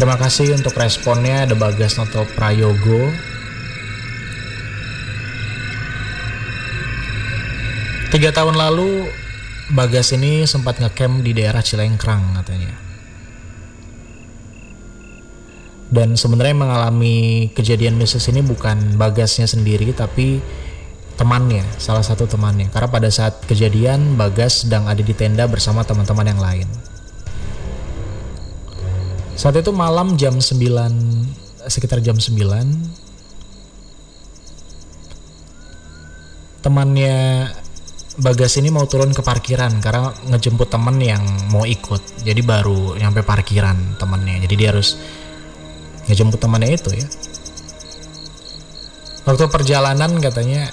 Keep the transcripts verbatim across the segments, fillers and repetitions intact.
Terima kasih untuk responnya. Ada Bagas Noto Prayogo. Tiga tahun lalu Bagas ini sempat ngecamp di daerah Cilengkrang katanya. Dan sebenarnya mengalami kejadian mistis ini bukan Bagasnya sendiri, tapi temannya, salah satu temannya. Karena pada saat kejadian Bagas sedang ada di tenda bersama teman-teman yang lain. Saat itu malam jam sembilan, sekitar jam sembilan, temannya Bagas ini mau turun ke parkiran karena ngejemput temen yang mau ikut. Jadi baru nyampe parkiran temennya. Jadi dia harus ngejemput temannya itu ya. Waktu perjalanan katanya,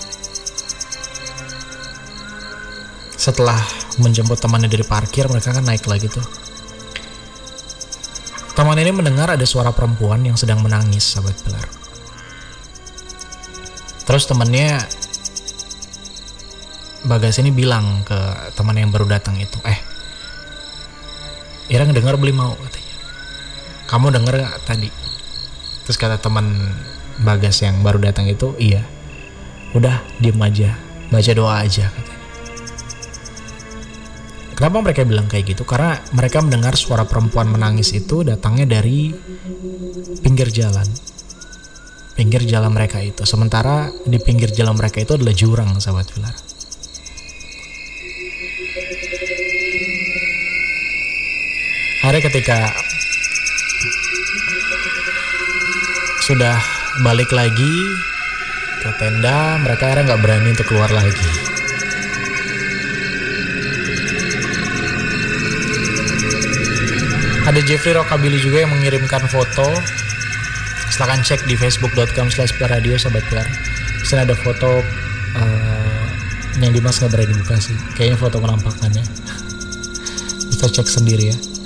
setelah menjemput temannya dari parkir, mereka kan naik lagi tuh. Teman ini mendengar ada suara perempuan yang sedang menangis, sahabat Pilar. Terus temannya Bagas ini bilang ke teman yang baru datang itu, eh, Ira ngedengar beli mau katanya. Kamu denger gak tadi? Terus kata teman Bagas yang baru datang itu, iya. Udah diem aja, baca doa aja katanya. Kenapa mereka bilang kayak gitu? Karena mereka mendengar suara perempuan menangis itu datangnya dari pinggir jalan. Pinggir jalan mereka itu. Sementara di pinggir jalan mereka itu adalah jurang, sahabat Pilar. Hari ketika sudah balik lagi ke tenda, mereka akhirnya gak berani untuk keluar lagi. Ada Jeffrey Rokabili juga yang mengirimkan foto. Silahkan cek di facebook dot com slash pilar radio, sahabat Pilar. Di sana ada foto uh, yang Dimas gak berani buka sih. Kayaknya foto penampakannya. Bisa cek sendiri ya.